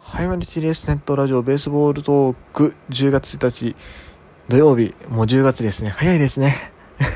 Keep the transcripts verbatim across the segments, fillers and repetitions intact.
はい、マルチレースネットラジオベースボールトークじゅうがつついたち土曜日、もうじゅうがつですね。早いですね。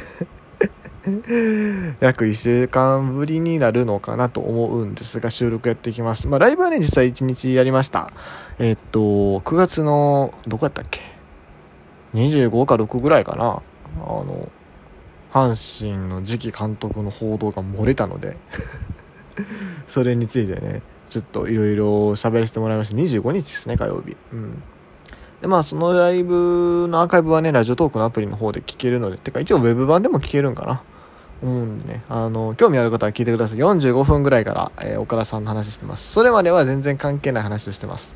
約いっしゅうかんぶりになるのかなと思うんですが、収録やっていきます。まあライブはね、実際いちにちやりました。えっとくがつのどこやったっけ、にじゅうごかろくぐらいかな。あの阪神の次期監督の報道が漏れたのでそれについてね、ちょっといろいろ喋らせてもらいました。にじゅうごにちですね、火曜日。うんでまあそのライブのアーカイブはね、ラジオトークのアプリの方で聞けるので、てか一応ウェブ版でも聞けるんかな思うんでね、あの興味ある方は聞いてください。よんじゅうごふんぐらいから、えー、岡田さんの話してます。それまでは全然関係ない話をしてます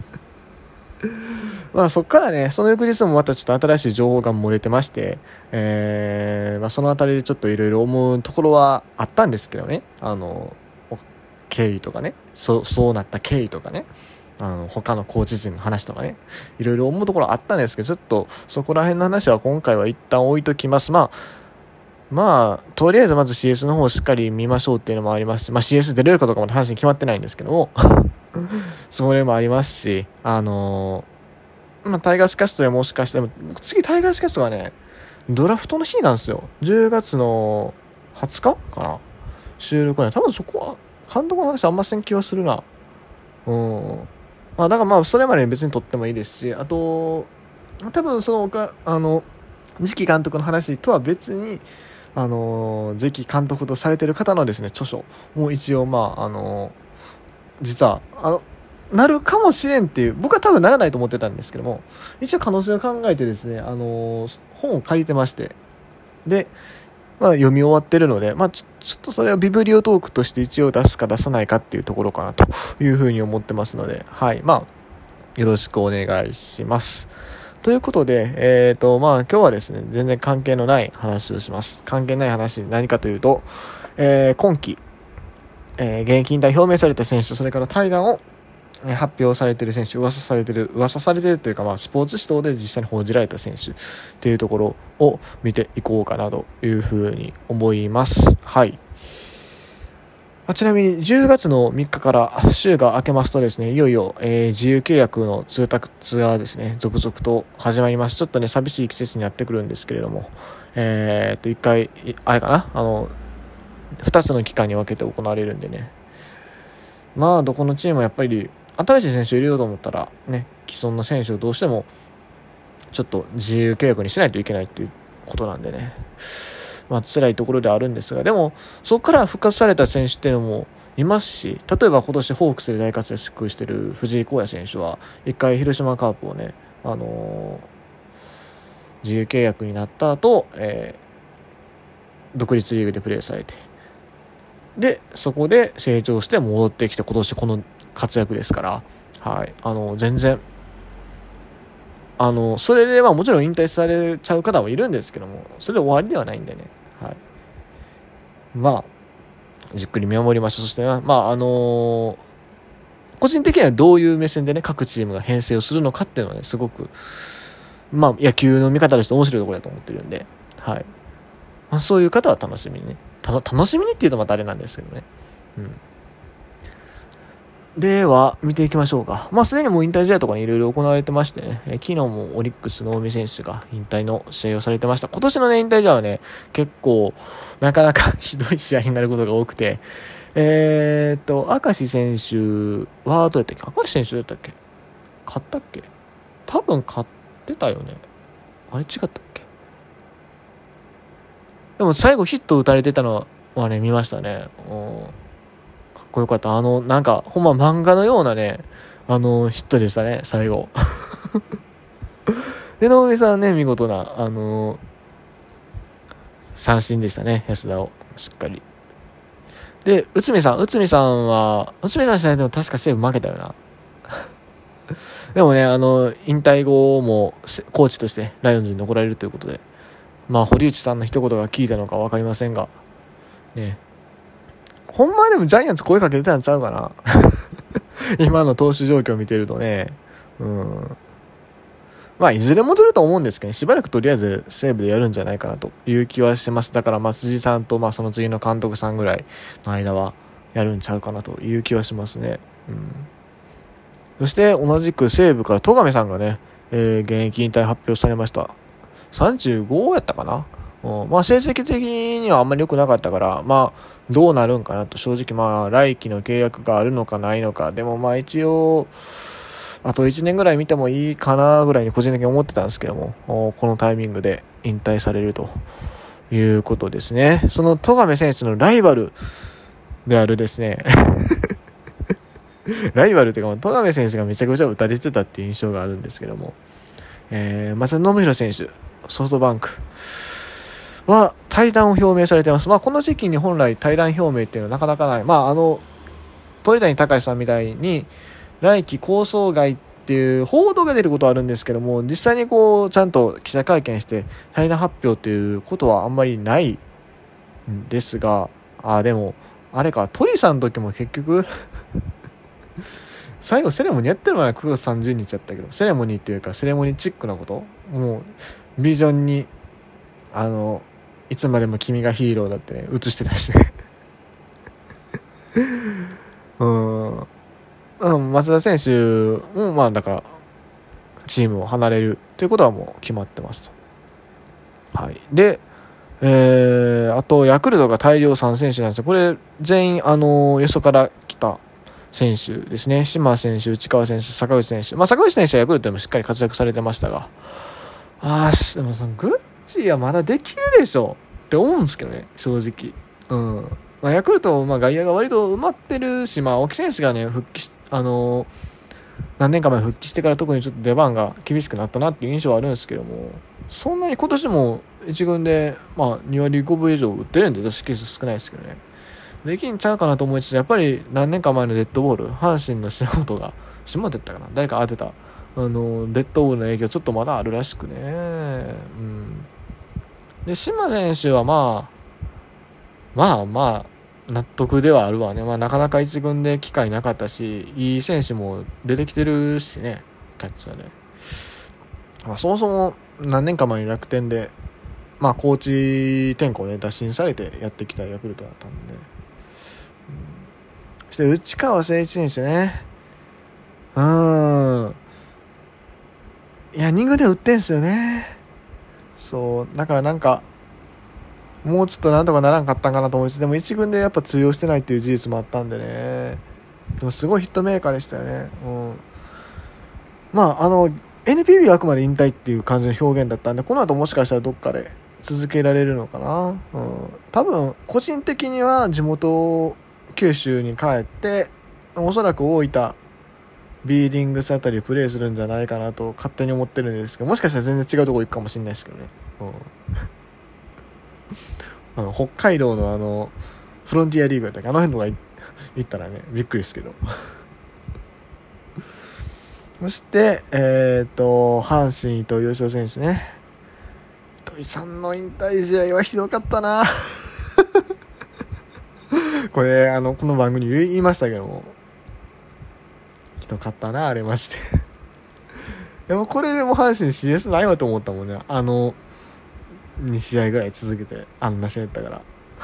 まあそっからね、その翌日もまたちょっと新しい情報が漏れてまして、えーまあ、そのあたりでちょっといろいろ思うところはあったんですけどね、あの経緯とかね、そそうなった経緯とかね、あの他のコーチ陣の話とかね、いろいろ思うところあったんですけど、ちょっとそこら辺の話は今回は一旦置いときます。まあまあとりあえずまず シーエス の方をしっかり見ましょうっていうのもありますし、まあ シーエス 出れるかどうかも話に決まってないんですけどもそれもありますし、あのー、まあタイガースキャストでもしかしても次タイガースキャストがね、ドラフトの日なんですよ。じゅうがつのはつかかな、収録はね。多分そこは監督の話あんません気はするな。うんまあだからまあそれまで別に撮ってもいいですし、あと多分そのかあの次期監督の話とは別に、あの次期監督とされてる方のですね著書も一応まああの実はあのなるかもしれんっていう、僕は多分ならないと思ってたんですけども、一応可能性を考えてですね、あの本を借りてまして、でまあ、読み終わってるので、まあ、ちょ、ちょっとそれはビブリオトークとして一応出すか出さないかっていうところかなというふうに思ってますので、はい、まあ、よろしくお願いします。ということで、えっと、まあ、今日はですね、全然関係のない話をします。関係ない話、何かというと、えー、今季、えー、現役引退表明された選手、それから対談を発表されている選手、噂されている噂されているというか、まあ、スポーツ紙等で実際に報じられた選手というところを見ていこうかなというふうに思います。はい。まあ、ちなみにじゅうがつのみっかから週が明けますとですね、いよいよ、えー、自由契約の通達がですね、続々と始まります。ちょっとね、寂しい季節になってくるんですけれども、えー、っと一回あれかな、あのふたつの期間に分けて行われるんでね、まあどこのチームもやっぱり新しい選手を入れようと思ったらね、既存の選手をどうしてもちょっと自由契約にしないといけないっていうことなんでね、まあ辛いところではあるんですが、でもそこから復活された選手っていうのもいますし、例えば今年ホークスで大活躍している藤井耕也選手は一回広島カープをね、あのー、自由契約になった後、えー、独立リーグでプレーされて、でそこで成長して戻ってきて今年この活躍ですから、はい、あの全然あのそれでまあもちろん引退されちゃう方もいるんですけども、それで終わりではないんでね、はい、まあじっくり見守りました。そしてね、まああのー、個人的にはどういう目線でね各チームが編成をするのかっていうのはね、すごくまあ野球の見方として面白いところだと思ってるんで、はい、まあ、そういう方は楽しみにね、た楽しみにっていうとまたあれなんですけどね、うんでは見ていきましょうか。まあすでにもう引退試合とかにいろいろ行われてましてね、え昨日もオリックスの近江選手が引退の試合をされてました。今年のね引退試合はね結構なかなかひどい試合になることが多くて、えー、っと明石選手はどうやったっけ、明石選手どうやったっけ、勝ったっけ、多分勝ってたよね、あれ違ったっけ、でも最後ヒット打たれてたのはね見ましたね。うんかっこよかった。あのなんかほんま漫画のようなね、あのヒットでしたね最後で能見さんはね見事なあの三振でしたね、安田をしっかり。で内海さん内海さんは内海さん試合でも確か西武負けたよなでもね、あの引退後もコーチとしてライオンズに残られるということで、まあ堀内さんの一言が効いたのか分かりませんがね、ほんまでもジャイアンツ声かけてたんちゃうかな今の投手状況を見てるとね、うん、まあいずれ戻ると思うんですけど、ね、しばらくとりあえず西武でやるんじゃないかなという気はします。だから松地さんとまあその次の監督さんぐらいの間はやるんちゃうかなという気はしますね。うんそして同じく西武から戸上さんがね、えー、現役引退発表されました。さんじゅうごやったかな。うん、まあ成績的にはあんまり良くなかったから、まあどうなるんかなと、正直まあ来季の契約があるのかないのか、でもまあ一応あといちねんぐらい見てもいいかなぐらいに個人的に思ってたんですけども、このタイミングで引退されるということですね。その戸上選手のライバルであるですねライバルというか戸上選手がめちゃくちゃ打たれてたっていう印象があるんですけども、えー、松田宣浩選手ソフトバンクは退団を表明されています。まあこの時期に本来退団表明っていうのはなかなかない。まああの鳥谷敬さんみたいに来季構想外っていう報道が出ることはあるんですけども、実際にこうちゃんと記者会見して退団発表っていうことはあんまりないんですが、あでもあれか鳥さんの時も結局最後セレモニーやってるのはくがつさんじゅうにちだったけど、セレモニーっていうかセレモニーチックなこと、もうビジョンにあのいつまでも君がヒーローだってね映してたしねうん、うん、松田選手もまあだからチームを離れるということはもう決まってますと。はい。で、えー、あとヤクルトが大量さん選手なんですよ。これ全員あのよそから来た選手ですね。島選手、内川選手、坂口選手。まあ坂口選手はヤクルトでもしっかり活躍されてましたが、ああでもそのグッチはまだできるでしょって思うんですけどね、正直。うん。まあ、ヤクルト、まあ、外野が割と埋まってるし、まあ、青木選手がね、復帰し、あのー、何年か前復帰してから特にちょっと出番が厳しくなったなっていう印象はあるんですけども、そんなに今年も一軍で、まあ、にわりごぶ以上打ってるんで、打席数少ないですけどね。できんちゃうかなと思いつつ、やっぱり何年か前のデッドボール、阪神の篠本が、篠本やったかな、誰か当てた、あのー、デッドボールの影響ちょっとまだあるらしくね。うん。で、島選手はまあ、まあまあ、納得ではあるわね。まあなかなか一軍で機会なかったし、いい選手も出てきてるしね、キャッチャーで。まあそもそも何年か前に楽天で、まあコーチ転向で打診されてやってきたヤクルトだったんでね。うん、そして内川聖一選手ね。うーん。いや、に軍で打ってんすよね。そう、だからなんか、もうちょっとなんとかならんかったんかなと思いつつ、でも一軍でやっぱ通用してないっていう事実もあったんでね。でもすごいヒットメーカーでしたよね。うん。まああの エヌピービー はあくまで引退っていう感じの表現だったんで、この後もしかしたらどっかで続けられるのかな。うん。多分個人的には地元九州に帰って、おそらく大分ビーディングスあたりをプレーするんじゃないかなと勝手に思ってるんですけど、もしかしたら全然違うとこ行くかもしれないですけどね。うんあの北海道のあのフロンティアリーグやったっけ、あの辺とか行ったらねびっくりですけどそしてえっ、ー、と阪神と吉田選手ね、糸井さんの引退試合はひどかったなこれあのこの番組に言いましたけども、ひどかったなあれましてでもこれでも阪神 シーエス ないわと思ったもんね。あのに試合ぐらい続けてあんな試合やったから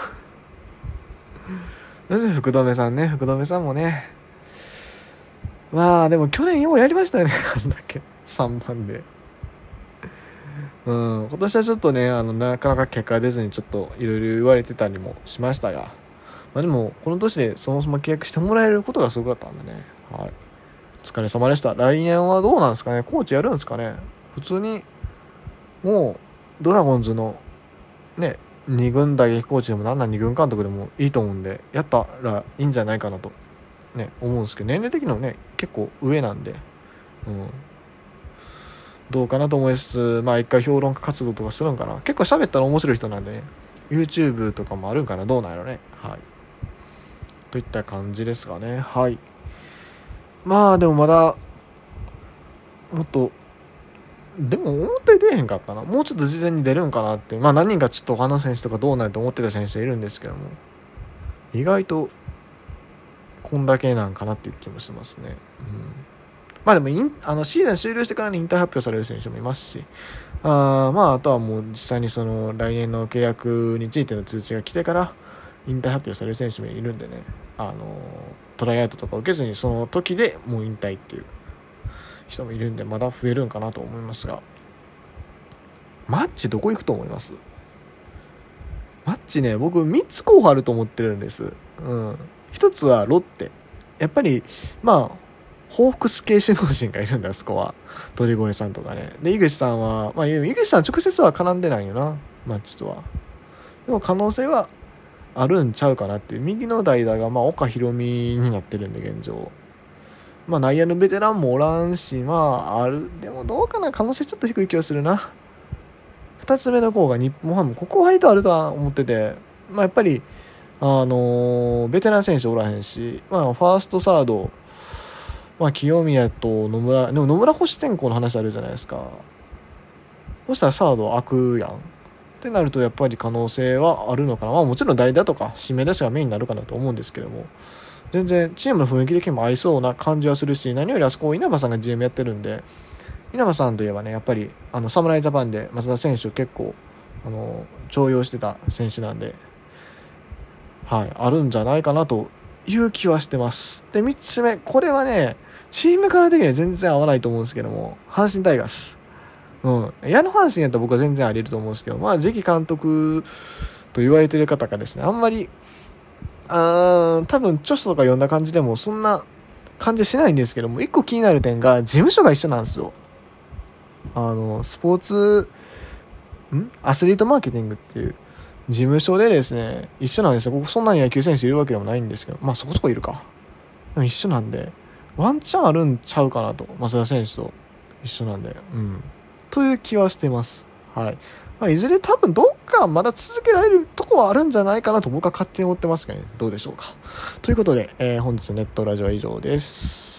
そして福留さんね、福留さんもね、まあでも去年ようやりましたよねあんだけさんばんで。うん今年はちょっとねあのなかなか結果が出ずにちょっといろいろ言われてたりもしましたが、まあ、でもこの年でそもそも契約してもらえることがすごかったんでね、はい、お疲れ様でした。来年はどうなんですかね、コーチやるんですかね。普通にもうドラゴンズのねに軍打撃コーチでもなんなんに軍監督でもいいと思うんで、やったらいいんじゃないかなとね思うんですけど、年齢的にもね結構上なんで、うん、どうかなと思いつつ、まあ一回評論家活動とかするんかな。結構喋ったら面白い人なんでね、 YouTube とかもあるんかな、どうなんやろね。はいといった感じですかね。はい。まあでもまだもっとでも表出えへんかったな。もうちょっと事前に出るんかなって。まあ何人かちょっと他の選手とかどうなんと思ってた選手いるんですけども、意外とこんだけなんかなっていう気もしますね。うん、まあでもインあのシーズン終了してからに引退発表される選手もいますし、あまああとはもう実際にその来年の契約についての通知が来てから引退発表される選手もいるんでね、あのトライアウトとか受けずにその時でもう引退っていう人もいるんで、まだ増えるんかなと思いますが、マッチどこ行くと思います？マッチね、僕みっつ候補あると思ってるんです。うん。一つはロッテ。やっぱり、まあ、ホークス系首脳陣がいるんだ、そこは。鳥越さんとかね。で、井口さんは、まあ、井口さん直接は絡んでないよな、マッチとは。でも可能性はあるんちゃうかなっていう。右の代打が、まあ、岡大海になってるんで、現状。まあ、内野のベテランもおらんし、まあ、ある。でもどうかな、可能性ちょっと低い気がするな。二つ目の候が日本ハム。ここ割とあるとは思ってて、まあ、やっぱり、あのー、ベテラン選手おらへんし、まあ、ファースト、サード、まあ、清宮と野村、でも野村保守転向の話あるじゃないですか。そしたらサード開くやん。ってなると、やっぱり可能性はあるのかな。まあ、もちろん代打とか指名打者がメインになるかなと思うんですけども、全然チームの雰囲気的にも合いそうな感じはするし、何よりあそこ稲葉さんが ジーエム やってるんで、稲葉さんといえばね、やっぱりあの侍ジャパンで松田選手を結構あの重用してた選手なんで、はい、あるんじゃないかなという気はしてます。で、みっつめ、これはね、チームカラー的には全然合わないと思うんですけども、阪神タイガース。うん。矢野阪神やったら僕は全然あり得ると思うんですけど、まあ、次期監督と言われてる方がですね、あんまり、あー多分著書とか読んだ感じでもそんな感じしないんですけども、一個気になる点が事務所が一緒なんですよ。あのスポーツんアスリートマーケティングっていう事務所でですね、一緒なんですよ。僕そんなに野球選手いるわけでもないんですけど、まあそこそこいるか。でも一緒なんで、ワンチャンあるんちゃうかなと。増田選手と一緒なんで、うん。という気はしています。はい。まあ、いずれ多分どっかまだ続けられるとこはあるんじゃないかなと僕は勝手に思ってますがね。どうでしょうか。ということで、えー、本日のネットラジオは以上です。